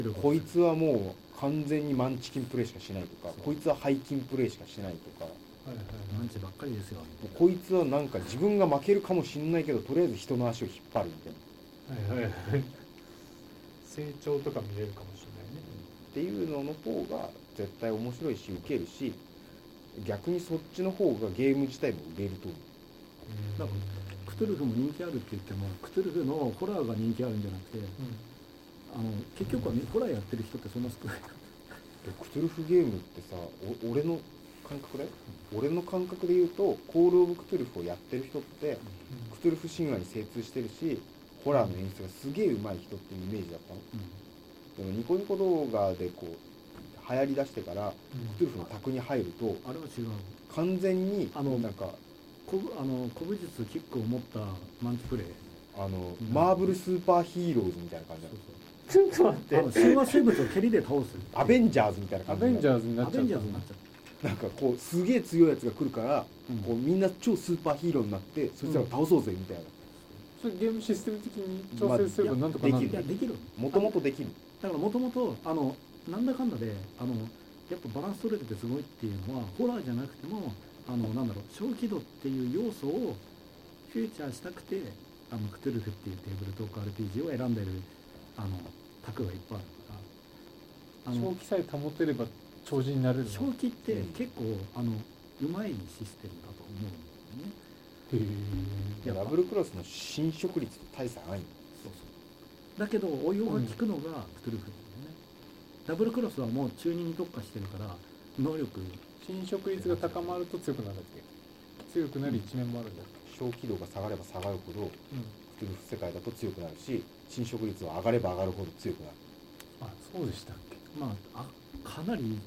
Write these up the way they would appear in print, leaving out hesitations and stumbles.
こいつはもう完全にマンチキンプレイしかしないとか、こいつはハイキンプレイしかしないとか、 マンチばっかりですよ。 こいつはなんか自分が負けるかもしれないけどとりあえず人の足を引っ張るみたいな、 成長とか見れるかもしれないねっていうのの方が絶対面白いし受けるし、逆にそっちの方がゲーム自体も売れると思う。 だからクトゥルフも人気あるって言っても、クトゥルフのホラーが人気あるんじゃなくて、結局はホラーやってる人ってそんな少ない。 クトゥルフゲームってさ、俺の感覚で言うと、コール・オブ・クトゥルフをやってる人って、クトゥルフ神話に精通してるし、ホラーの演出がすげえ上手い人っていうイメージだったの。でもニコニコ動画でこう流行りだしてから、クトゥルフの卓に入ると、 あれは違う。 完全になんか古武術キックを持ったマンチプレイ、 マーブルスーパーヒーローズみたいな感じなの。 ちょっと待って神話生物を蹴りで倒すアベンジャーズみたいな感じ。 アベンジャーズになっちゃった。 アベンジャーズになっちゃった。 なんかこうすげえ強いやつが来るから、こうみんな超スーパーヒーローになってそしたら倒そうぜみたいな、 それゲームシステム的に調整すればなんとかなる。 できる。 できる。 もともとできる。 だからもともとなんだかんだでやっぱバランス取れててすごいっていうのは、ホラーじゃなくても小規模っていう要素をフューチャーしたくてクトゥルフっていうテーブルトーク RPG を選んでるタクがいっぱいあるから、 正気さえ保てれば超人になれるの。 正気って結構うまいシステムだと思うんだよね。 へえ。ダブルクロスの侵食率と大差ないんだ。 そうそう。だけど応用が効くのがクトゥルフなんだよね。ダブルクロスはもう中二に特化してるから能力、 侵食率が高まると強くなるんだっけ。強くなる一面もあるんだっけ。 小気度が下がれば下がるほど、クトゥルフ世界だと強くなるし、侵食率は上がれば上がるほど強くなる。 あ、そうでしたっけ。 かなり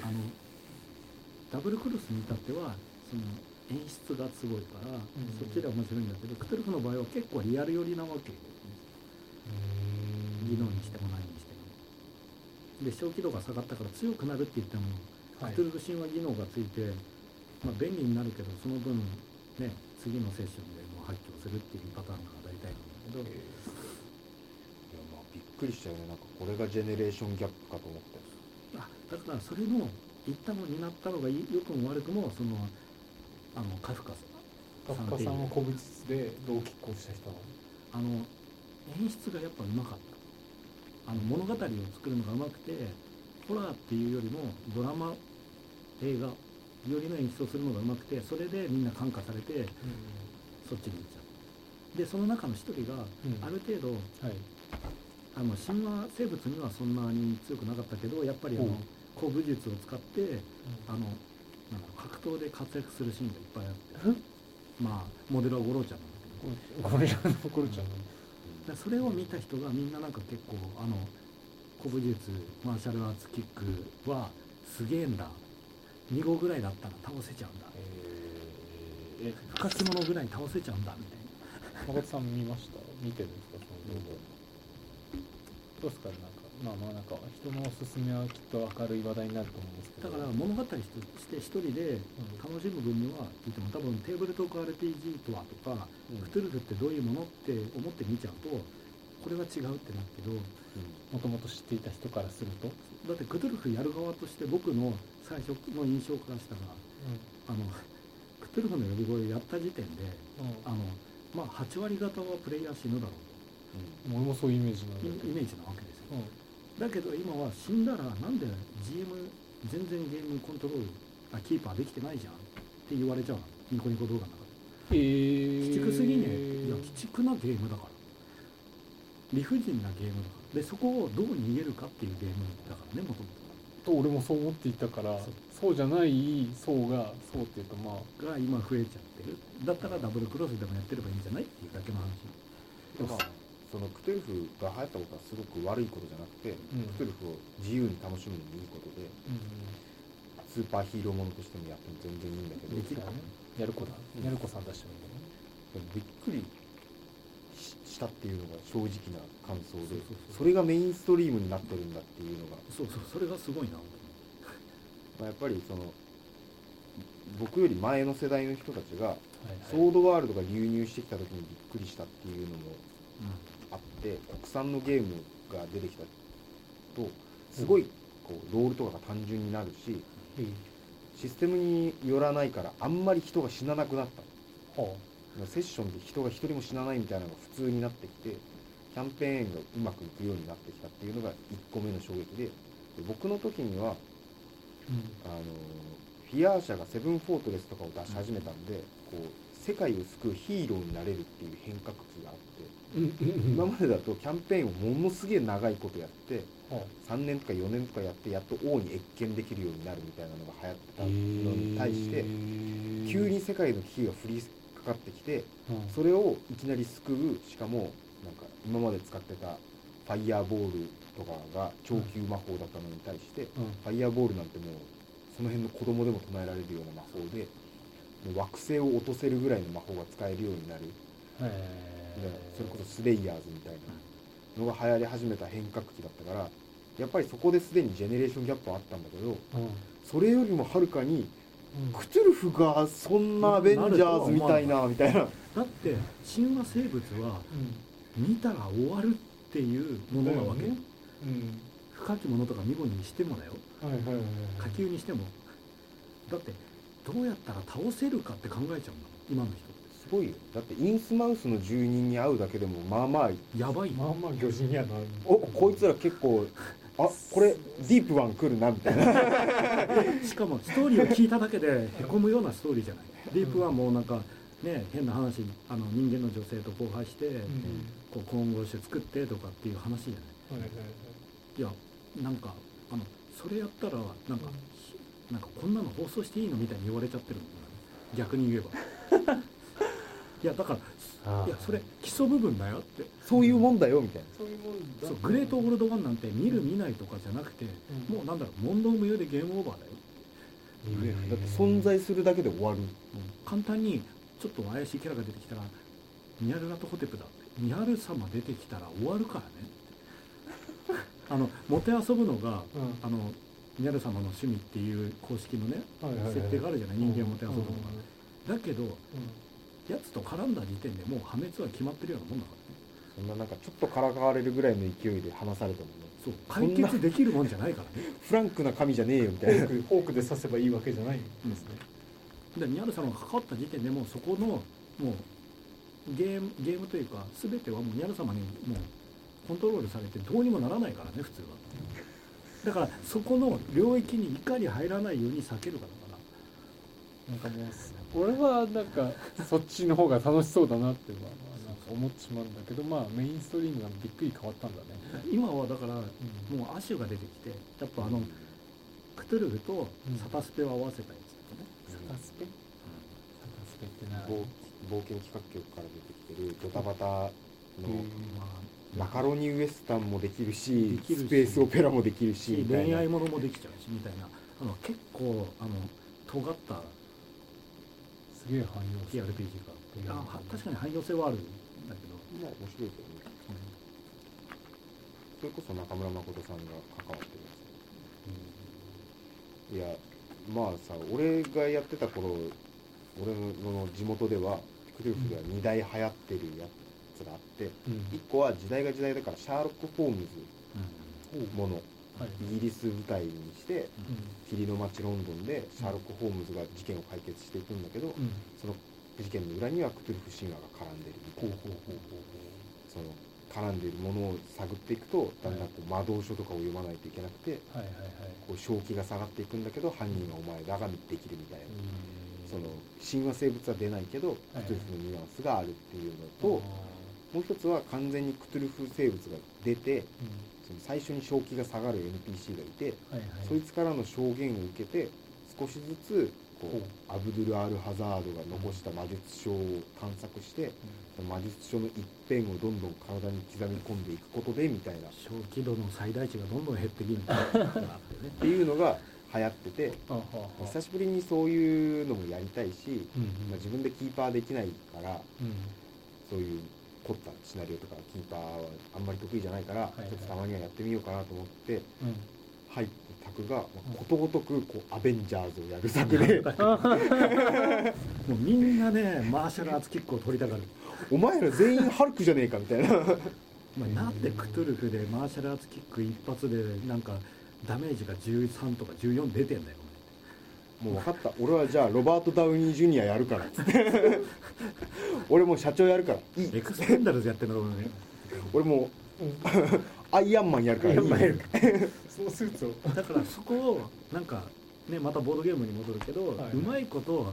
ダブルクロスに至ってはその演出がすごいから、そっちで面白いんだけど、クトゥルフの場合は結構リアル寄りなわけよ、技能にしても何にしても。で小気度が下がったから強くなるって言っても、クトゥルフ神話技能がついて、便利になるけどその分ね、次のセッションでもう発揮をするっていうパターンが大体なんだけど、 いやびっくりしたよね。なんかこれがジェネレーションギャップかと思って。 だからそれの一端を担ったのが良くも悪くもカフカさんは古武術でどう拮抗した人なの。 演出がやっぱうまかった。物語を作るのがうまくて、ホラーっていうよりもドラマ映画よりの演出をするのがうまくて、それでみんな感化されて、そっちに行っちゃう。でその中の一人が、ある程度、神話生物にはそんなに強くなかったけど、やっぱり古武術を使って、格闘で活躍するシーンがいっぱいあって、モデルはゴロちゃんなんだけど、 ゴリラのゴロちゃんなんだ。 それを見た人がみんななんか結構古武術マーシャルアーツキックはすげえんだ、2号ぐらいだったら倒せちゃうんだ、深き者ぐらい倒せちゃうんだみたいな。 誠さん見ました？見てるんですか、その動画。どうですか、なんか人のおすすめはきっと明るい話題になると思うんですけど。 だから物語として一人で楽しむ分には言っても、多分テーブルトーク RPG とはとか、クトゥルフってどういうものって思って見ちゃうと、これは違うってなるけど、 もともと知っていた人からすると、 だってクトゥルフやる側として僕の最初の印象からしたら、クトゥルフの呼び声やった時点で、8割方はプレイヤー死ぬだろうと、 俺もそういうイメージなわけですよ。だけど今は死んだらなんで GM 全然ゲームコントロールキーパーできてないじゃんって言われちゃうの、ニコニコ動画の中で。鬼畜すぎねえ。いや鬼畜なゲームだから、理不尽なゲームだから。でそこをどう逃げるかっていうゲームだからね、もともと。俺もそう思っていたから、そうじゃない層がそうっていうとが今増えちゃってる。だったらダブルクロスでもやってればいいんじゃないっていうだけの話。 そのクトゥルフが流行ったことはすごく悪いことじゃなくて、クトゥルフを自由に楽しむのにいいことで、スーパーヒーローものとしてもやっても全然いいんだけど、 できるかね、やる子さん出してもいいんだね。 びっくりしたっていうのが正直な感想で、それがメインストリームになってるんだっていうのが、 それがすごいな。 やっぱりその僕より前の世代の人たちがソードワールドが流入してきた時にびっくりしたっていうのもあって、国産のゲームが出てきたとすごいこうロールとかが単純になるし、システムによらないからあんまり人が死ななくなった、セッションで人が一人も死なないみたいなのが普通になってきて、キャンペーンがうまくいくようになってきたっていうのが1個目の衝撃で、僕の時にはフィアー社がセブンフォートレスとかを出し始めたんで、こう世界を救うヒーローになれるっていう変革期があって、今までだとキャンペーンをものすげえ長いことやって3年とか4年とかやってやっと王に謁見できるようになるみたいなのが流行ってたのに対して、急に世界の危機が降りかかってきて、それをいきなり救う、しかもなんか今まで使ってたファイヤーボールとかが超級魔法だったのに対して、ファイヤーボールなんてもうその辺の子供でも唱えられるような魔法で、もう惑星を落とせるぐらいの魔法が使えるようになる、それこそスレイヤーズみたいなのが流行り始めた変革期だったから、やっぱりそこですでにジェネレーションギャップはあったんだけど、それよりもはるかにクトゥルフがそんなアベンジャーズみたいなみたいな。 だって神話生物は見たら終わるっていうものなわけ、深きものとか見事にしてもだよ、下級にしても。だってどうやったら倒せるかって考えちゃうんだもん今の人って。 すごいよ。だってインスマウスの住人に会うだけでもまあまあやばい、 まあまあ魚人やな。 こいつら結構これディープワン来るなみたいなしかもストーリーを聞いただけでへこむようなストーリーじゃない。ディープワンもなんかね、変な話、人間の女性と交配して、こう混合して作ってとかっていう話じゃない。いやなんかそれやったらなんかこんなの放送していいのみたいに言われちゃってるもん、逆に言えばいやだからいやそれ基礎部分だよって、 そういうもんだよみたいな。 そうグレートオールドワンなんて見る見ないとかじゃなくて、もうなんだろう、問答無用でゲームオーバーだよ。 だって存在するだけで終わる、 簡単にちょっと怪しいキャラが出てきたらニャルラトホテプだって、ニャル様出てきたら終わるからねもてあそぶのが、ニャル様の趣味っていう公式のね、設定があるじゃない、人間をもてあそぶのが、だけど、やつと絡んだ時点でもう破滅は決まってるようなもんだからね。 そんななんかちょっとからかわれるぐらいの勢いで話されてもね、 そう解決できるもんじゃないからねフランクな神じゃねえよみたいな。 フォークで刺せばいいわけじゃないんですね。 でニャル様が関わった時点でもうそこのもうゲームというか全てはもうニャル様にもうコントロールされてどうにもならないからね普通は。だからそこの領域にいかに入らないように避けるかだから。 なんかもう俺はなんかそっちの方が楽しそうだなってなんか思ってしまうんだけど、まあメインストリームがびっくり変わったんだね。 今はだから、もうアシュが出てきて、やっぱクトゥルフとサタスペを合わせたやつだよね。 サタスペ？サタスペってな冒険企画局から出てきてるドタバタのマカロニウエスタンもできるし、スペースオペラもできるし、 恋愛ものもできちゃうしみたいな、結構尖ったすげえ汎用性 TRPG が確かに汎用性はあるんだけど、 まあ面白いけどね、それこそ中村誠さんが関わってるやつ、いやまあさ、俺がやってた頃、俺の地元ではクルーフでは2台流行ってるやつがあって、1個は時代が時代だからシャーロック・ホームズもの、イギリス舞台にして、霧の街ロンドンでシャーロック・ホームズが事件を解決していくんだけど、その事件の裏にはクトゥルフ神話が絡んでるみたいな、その絡んでいるものを探っていくと、だんだんこう魔導書とかを読まないといけなくて、こう正気が下がっていくんだけど、犯人はお前らができるみたいな、その神話生物は出ないけどクトゥルフのニュアンスがあるっていうのと、もう一つは完全にクトゥルフ生物が出て、その最初に正気が下がる NPC がいて、そいつからの証言を受けて少しずつこうアブドゥル・アル・ハザードが残した魔術書を探索して、魔術書の一辺をどんどん体に刻み込んでいくことでみたいな、 小気度の最大値がどんどん減っていくみたいなっていうのが流行ってて、久しぶりにそういうのもやりたいし、自分でキーパーできないから、そういう凝ったシナリオとかキーパーはあんまり得意じゃないから、ちょっとたまにはやってみようかなと思って入った作がことごとくこうアベンジャーズをやる作でもうみんなねマーシャルアーツキックを取りたがる。 お前ら全員ハルクじゃねえかみたいな。 お前なんでクトゥルフでマーシャルアーツキック一発でなんかダメージが13とか14出てんだよもう分かった、俺はじゃあロバート・ダウニー・ジュニアやるからっつって俺もう社長やるからいい、 エクスペンダルズやってんのかね俺もうアイアンマンやるからいいそのスーツをだからそこをなんかねまたボードゲームに戻るけど、 はい、 うまいこと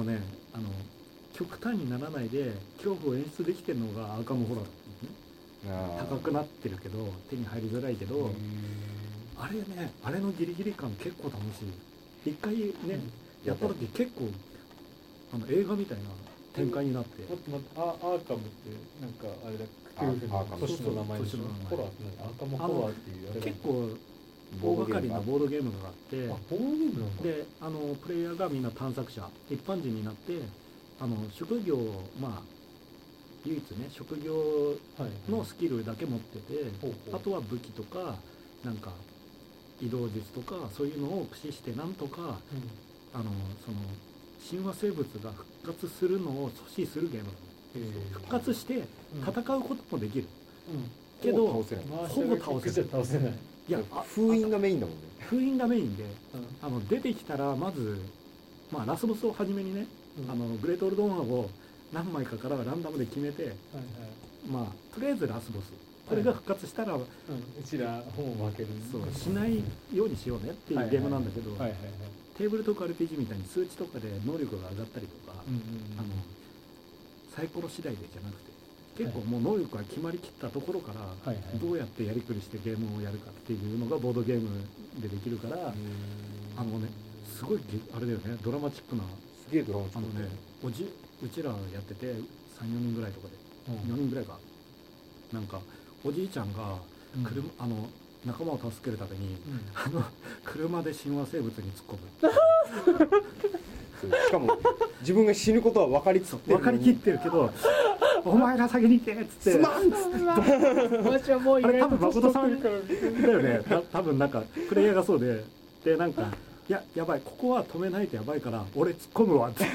極端にならないで恐怖を演出できてるのがアーカムホラーだったんですね。高くなってるけど手に入りづらいけど、あれね、あれのギリギリ感結構楽しい。一回ね、やった時結構映画みたいな展開になって、 アーカムってなんかあれだ、クトゥルフの都市の名前でしょ。ホラーって何？アーカムホラーっていうあれ結構大掛かりなボードゲームがあって、 ボードゲームなんだ。 でプレイヤーがみんな探索者、一般人になって職業を唯一ね職業のスキルだけ持ってて、あとは武器とかなんか移動術とかそういうのを駆使してなんとか、その神話生物が復活するのを阻止するゲームなの。復活して戦うこともできる、けどほぼ倒せない。いや封印がメインだもんね。 封印がメインで、出てきたらまず、ラスボスを初めにね、グレートオールドワンを何枚かからランダムで決めて、とりあえずラスボスこれが復活したら、うちら本を分ける、 そうしないようにしようねっていうゲームなんだけど、テーブルトーク RPG みたいに数値とかで能力が上がったりとか、サイコロ次第でじゃなくて結構もう能力が決まりきったところから、どうやってやりくりしてゲームをやるかっていうのがボードゲームでできるから、すごいあれだよね、ドラマチックな、 すげえドラマチックね、うちらやってて 3,4 人ぐらいとかで、4人ぐらいかなんかおじいちゃんが仲間を助けるために、車で神話生物に突っ込むしかも自分が死ぬことは分かりきってるけどお前ら先に行けっつってすまんっつって私はもう意外と誠さんだよね多分なんかプレイヤーがそうでなんかやばいここは止めないとやばいから俺突っ込むわって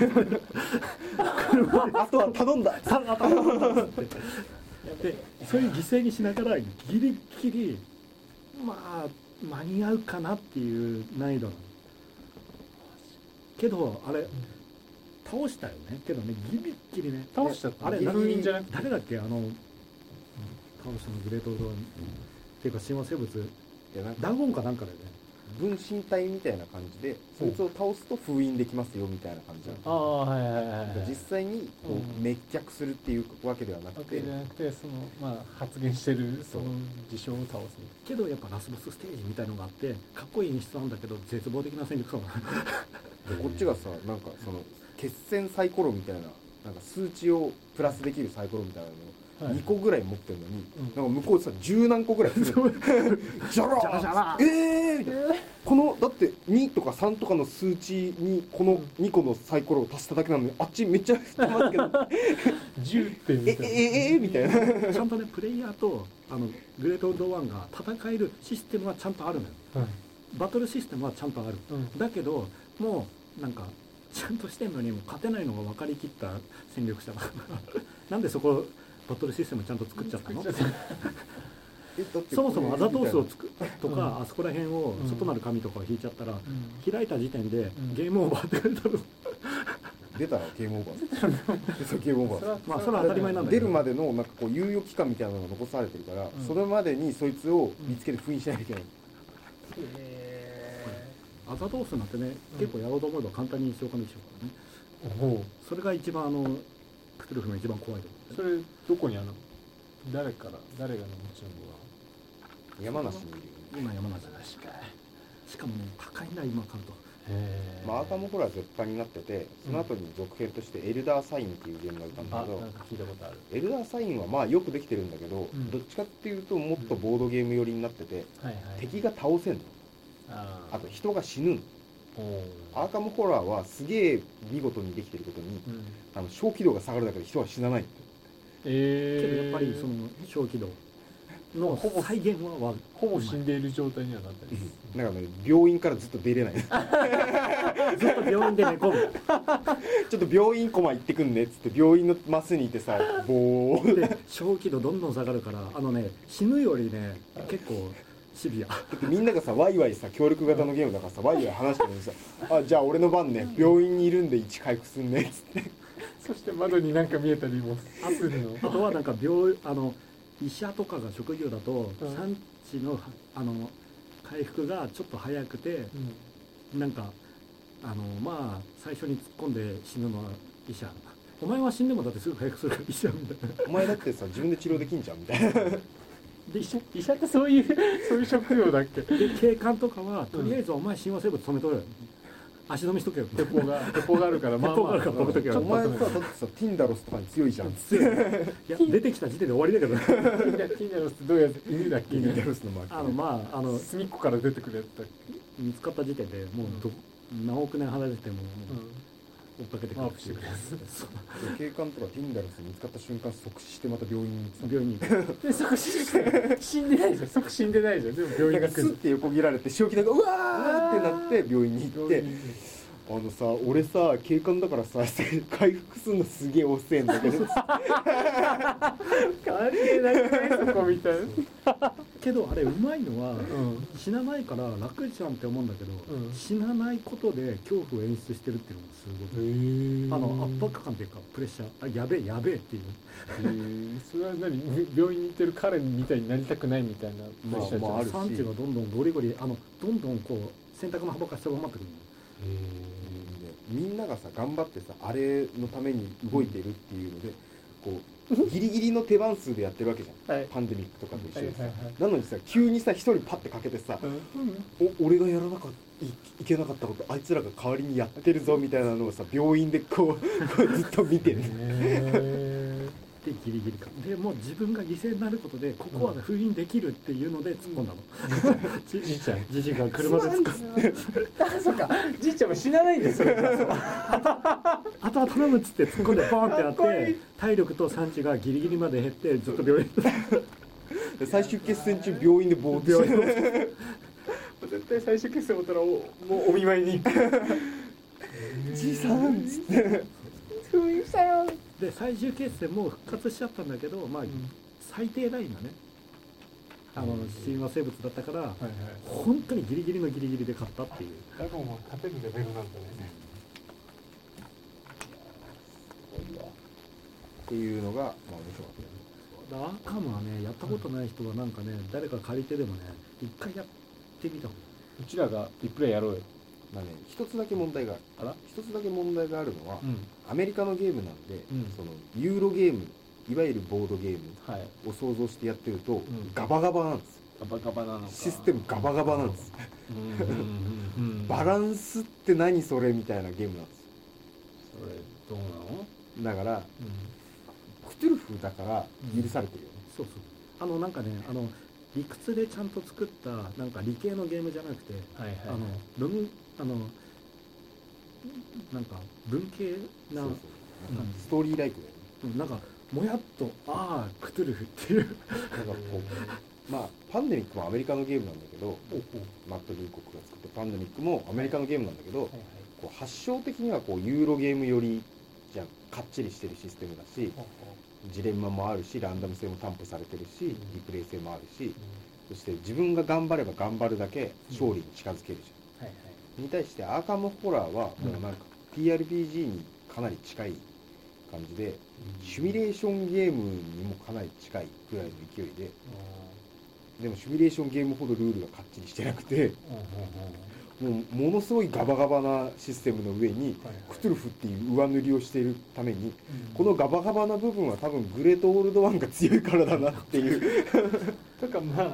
あとは頼んだってでそういう犠牲にしながらギリギリ間に合うかなっていう難易度なのけどあれ倒したよねけどねギリギリね倒しちゃったあれ封印じゃなくて誰だっけ倒したのグレートドアンっていうか神話生物ダゴンかなんかだよね分身体みたいな感じでそいつを倒すと封印できますよみたいな感じなの。実際にこう滅却するっていうわけではなくて、 発言してるその事象を倒すけどやっぱラスボスステージみたいのがあってかっこいい演出なんだけど絶望的な戦力差でこっちがさなんかその決戦サイコロみたいななんか数値をプラスできるサイコロみたいなの2個ぐらい持ってるのに、なんか向こうでさ10何個ぐらいするじゃらみたいなこのだって2とか3とかの数値にこの2個のサイコロを足しただけなのにあっちめっちゃしてますけど 10ってみたいなちゃんとねプレイヤーとグレートオールドワンが戦えるシステムはちゃんとあるのよ、バトルシステムはちゃんとある、だけどもうなんかちゃんとしてんのにも勝てないのが分かりきった戦力者だなんでそこバトルシステムちゃんと作っちゃったのそもそもアザトースをとか、あそこら辺を外なる紙とかを引いちゃったら、開いた時点でゲームオーバーって書いてある出たらゲームオーバーゲームオーバーそれは当たり前なんだけど出るまでのなんかこう猶予期間みたいなのが残されてるから、それまでにそいつを見つけて封印しないといけない、 アザトースなんてね、結構やろうと思えば簡単に召喚できちゃうからね、それが一番クトゥルフの一番怖いところ。 それどこに誰が持ちの山梨にいるよね。 今山梨だしかもね高いんだ今買うと。 アーカムホラー絶版になってて、その後に続編としてエルダーサインっていうゲームが出たんだけど、 なんか聞いたことある。 エルダーサインはよくできてるんだけど、どっちかっていうともっとボードゲーム寄りになってて、敵が倒せんの、あと人が死ぬの。アーカムホラーはすげえ見事にできてることに、小気度が下がるだけで人は死なない。 けどやっぱりその小気度の再現はほぼ死んでいる状態にはなったりする。 なんかね病院からずっと出れないずっと病院で寝込むちょっと病院コマ行ってくんねっつって病院のマスにいてさボーで正気度どんどん下がるから死ぬよりね結構シビアだってみんながさワイワイさ協力型のゲームだからさワイワイ話してるのにさあじゃあ俺の番ね病院にいるんで1回復すんねっつってそして窓になんか見えたりもするの。 あとはなんか医者とかが職業だとうん産地の回復がちょっと早くてなんかまあ最初に突っ込んで死ぬのは医者。お前は死んでもだってすぐ回復するから医者みたいな。 お前だってさ自分で治療できんじゃんみたいなで医者ってそういう職業だっけ？ で警官とかはとりあえずお前親和生物止めとれよ、足止めしとけよ鉄砲があるからまあ鉄砲があるから止めとけよお前さだってさティンダロスとかに強いじゃんっつっていや出てきた時点で終わりだけどティンダロスってどういうやつ？犬だっけ？ ティンダロスのマークまあ隅っこから出てくるやつだっけ？ 見つかった時点でもう何億年離れてても追っかけてくるワープしてくるやそう警官とかティンダロス見つかった瞬間即死してまた病院に行って病院に行くで即死んでないじゃん。即死んでないじゃん。でも病院なんかスッに行くて横切られて正気だがうわーってなって病院に行ってさ俺さ警官だからさ回復するのすげえ遅えんだけど関係なくないそこみたいな。 けどあれうまいのはうん死なないから楽じゃんって思うんだけど、 うん死なないことで恐怖を演出してるっていうのがすごく圧迫感っていうかプレッシャーやべえっていうそれは何？病院に行ってる彼みたいになりたくないみたいなプレッシャーじゃん。 まああるし産地がどんどんゴリゴリどんどんこう選択の幅が狭まってくるみんながさ頑張ってさあれのために動いてるっていうのでこうギリギリの手番数でやってるわけじゃん、 はいパンデミックとかと一緒でさ、 はいはいはいなのにさ急にさ一人パッてかけてさ、俺がやらなかったいけなかったことあいつらが代わりにやってるぞみたいなのをさ病院でこうずっと見てるでギリギリかでもう自分が犠牲になることでここは封印できるっていうので突っ込んだの、 じいちゃんじじいが車で突っ込んそうかじいちゃんも死なないんですよ。 あとは頼むっつって突っ込んでボーンってなっかっこいいて体力と産地がギリギリまで減ってずっと病院最終決戦中病院でボーっと病して院絶対最終決戦終わったらもうお見舞いに行く。 じいさんっつって封印したよ。 で最終決戦も復活しちゃったんだけど、まあ最低ラインがね神話生物だったから、 はいはい。 本当にギリギリのギリギリで勝ったっていうだからもう勝てるレベルなんだね。 っていうのがまあ面白かったよね。 アーカムはねやったことない人はなんかね誰か借りてでもね一回やってみた方がいい。 うちらがリプレイやろうよ。 まあね一つだけ問題があるあら？ 一つだけ問題があるのは、 うん。 アメリカのゲームなんで、 うんそのユーロゲームいわゆるボードゲームはい。 を想像してやってると、 んガバガバなんですガバガバなのか。 システムガバガバなんですうんうんうんうん。 バランスって何それみたいなゲームなんですそれどうなの？ だからうん。 クトゥルフだから許されてるよね、 そうそうなんかね理屈でちゃんと作ったなんか理系のゲームじゃなくてはいはい。 なんか文系なそうそうストーリーライクだよねなんかもやっとああクトゥルフっていうなんかこうまあパンデミックもアメリカのゲームなんだけどおお。 マット・ルーコックが作ったパンデミックもアメリカのゲームなんだけど、 はいはい。 こう発祥的にはこうユーロゲームよりじゃんかっちりしてるシステムだしジレンマもあるしランダム性も担保されてるしリプレイ性もあるしそして自分が頑張れば頑張るだけ勝利に近づけるじゃん、 はいはい。 に対してアーカムホラーはもうなんか TRPG にかなり近い感じでシミュレーションゲームにもかなり近いぐらいの勢いででもシミュレーションゲームほどルールがかっちりしてなくてもうものすごいガバガバなシステムの上にクトゥルフっていう上塗りをしているためにこのガバガバな部分は多分グレートオールドワンが強いからだなっていうとかまあ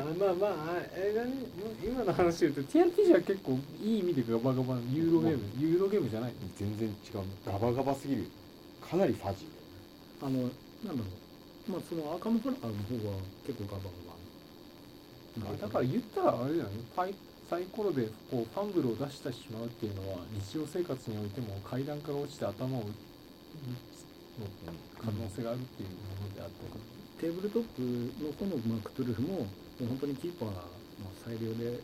今の話で言うと TRPG は結構いい意味でガバガバのユーロゲームじゃないの？ 全然違うガバガバすぎるかなりファジーなんだろうまあそのアーカムホラーの方は結構ガバガバだから言ったらあれだよね。サイコロでこうファンブルを出してしまうっていうのは日常生活においても階段から落ちて頭を打つの可能性があるっていうものであって、 テーブルトップの方のクトゥルフももう本当にキーパーの裁量で、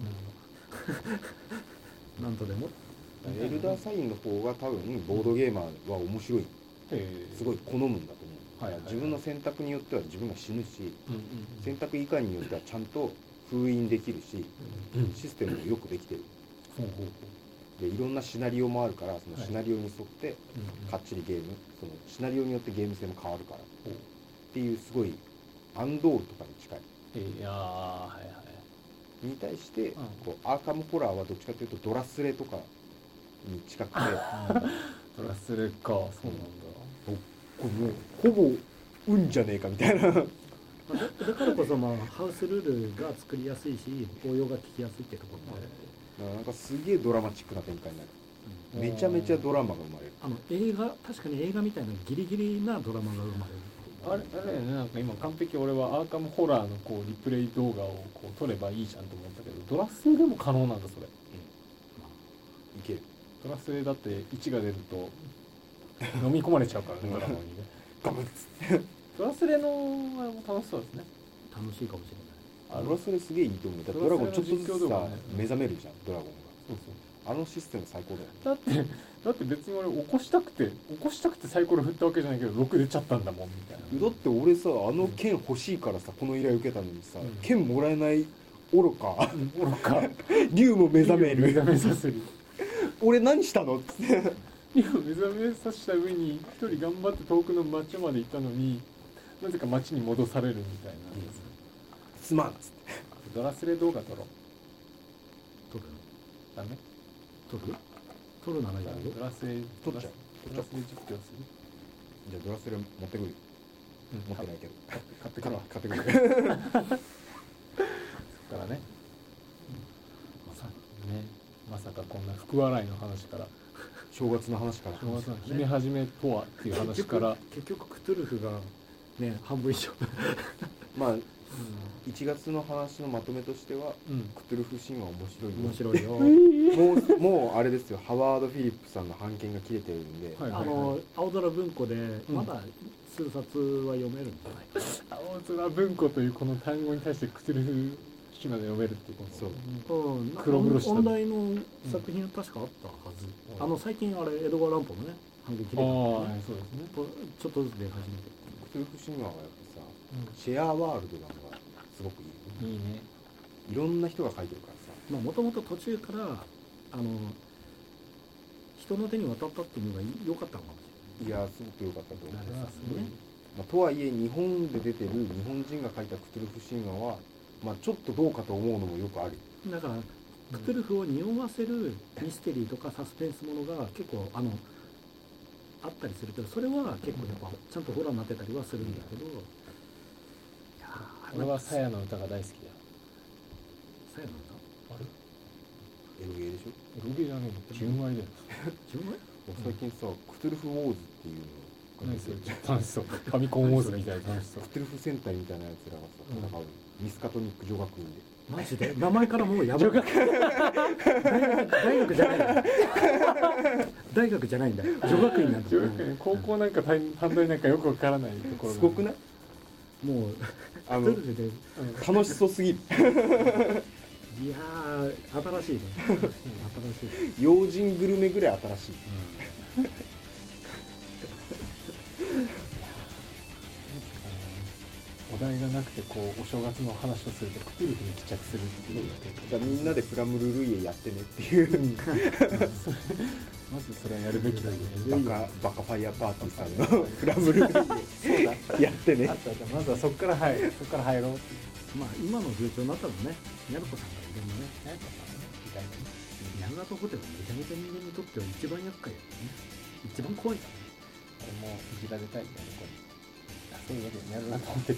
なんとでもエルダーサインの方が多分ボードゲーマーは面白い、すごい好むんだと思う、自分の選択によっては自分が死ぬし、選択以下によってはちゃんと封印できるし、システムもよくできてる、でいろんなシナリオもあるから、そのシナリオに沿ってかっちりゲーム、そのシナリオによってゲーム性も変わるからっていう、すごいアンドールとかに近い、 いやー、はいはい、 に対して、こうアーカムホラーはどっちかというとドラスレとかに近くてドラスレか、そうなんだ、 これもうほぼ運じゃねえかみたいなだからこそハウスルールが作りやすいし応用が効きやすいってところもある。 なんかすげえドラマチックな展開になる、めちゃめちゃドラマが生まれる、 確かに映画みたいなギリギリなドラマが生まれる。 あれね、なんか今完璧俺はアーカムホラーのこうリプレイ動画をこう撮ればいいじゃんと思ったけど、ドラスレでも可能なんだそれ。 いける。 ドラスレだって1が出ると飲み込まれちゃうからね、ドラマにね。 ガブッつって。 ドラスレのあれも楽しそうですね。 楽しいかもしれない。 ドラスレすげえいいと思う。だってドラゴンちょっとずつさ、目覚めるじゃん、ドラゴンが。 そうそう。 あのシステム最高だよね。 だって別に俺起こしたくてサイコロ振ったわけじゃないけど6出ちゃったんだもんみたいな。 だって俺さ、あの剣欲しいからさ、この依頼受けたのにさ、剣もらえない愚か、竜も目覚める、 目覚めさせる。 俺何したのって。 竜を目覚めさせた上に一人頑張って遠くの町まで行ったのに、なぜか町に戻されるみたいな。 すまんっつって。 ドラスレ動画撮ろう。 撮る？ ダメ？ 撮るならやるよ。 ドラスレ撮っちゃう。 ドラスレ実況する。 じゃあドラスレ持ってくる。持ってないけど。 買ってくるわ。 買ってくる。 そっからね。まさかこんな福笑いの話から、 正月の話から、 正月の姫始めとはっていう話から結局クトゥルフがね半分以上。 まあ1月の話のまとめとしては、クトゥルフ神話面白いよ。 面白いよ。 もうあれですよ、ハワード・フィリップさんの版権が切れてるんで、 青空文庫でまだ数冊は読めるんじゃないかな。 青空文庫というこの単語に対してクトゥルフ神話で読めるっていうこと。 そう。 黒々した音大の作品は確かあったはず。最近あれエドガー・ランポのね版権切れたんで、 そうですね。 ちょっとずつ出始めて。 クトゥルフ神話はやっぱさ、シェアワールドなのがすごくいい。 いいね。 いろんな人が書いてるからさ。 もともと途中から人の手に渡ったっていうのが良かったのかもしいやすごく良かったと思います。 れない。 とはいえ日本で出てる日本人が書いたクトゥルフ神話は、ちょっとどうかと思うのもよくある。 だからクトゥルフを匂わせるミステリーとかサスペンスものが結構あったりするけど、それは結構やっぱちゃんとホラーになってたりはするんだけど、 俺はさやの歌が大好きだ。 さやなんだ。 あれ？ エロゲーでしょ。 エロゲーじゃねえの。純愛だよ。 純愛？ 最近さ、クトゥルフウォーズっていうのが何それ？楽しそう。ファミコンウォーズみたいな楽しそうク。トゥルフ戦隊みたいなやつらがさ戦う、ミスカトニック女学院で。 マジで名前からもうやばい。大学じゃないんだ。大学じゃないんだ。女学院なんだ。 女学院、高校なんか短大なんかよくわからないところ。 すごくない？ もう楽しそうすぎる。 いやー新しいね。新しい。 用心グルメぐらい新しい。 お題がなくてこうお正月の話をするとクトゥルフに帰着するっていう。 だからみんなでフラムルルイエやってねっていう。 まずそれはやるべきだよね。 バカファイヤーパーティーさんのフラムルルイエやってね。 まずはそこから入ろうっていう。 今の風潮になったのね、ニャルコさんがいろんなね、 みたいなね。 ニャルラトホテルはめちゃめちゃ人間にとっては一番厄介だよね。一番怖いからね。 これもいじられたいね、これ。そういうわけでニャルラトホテル。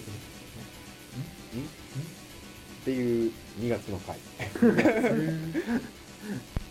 っていう2月の回。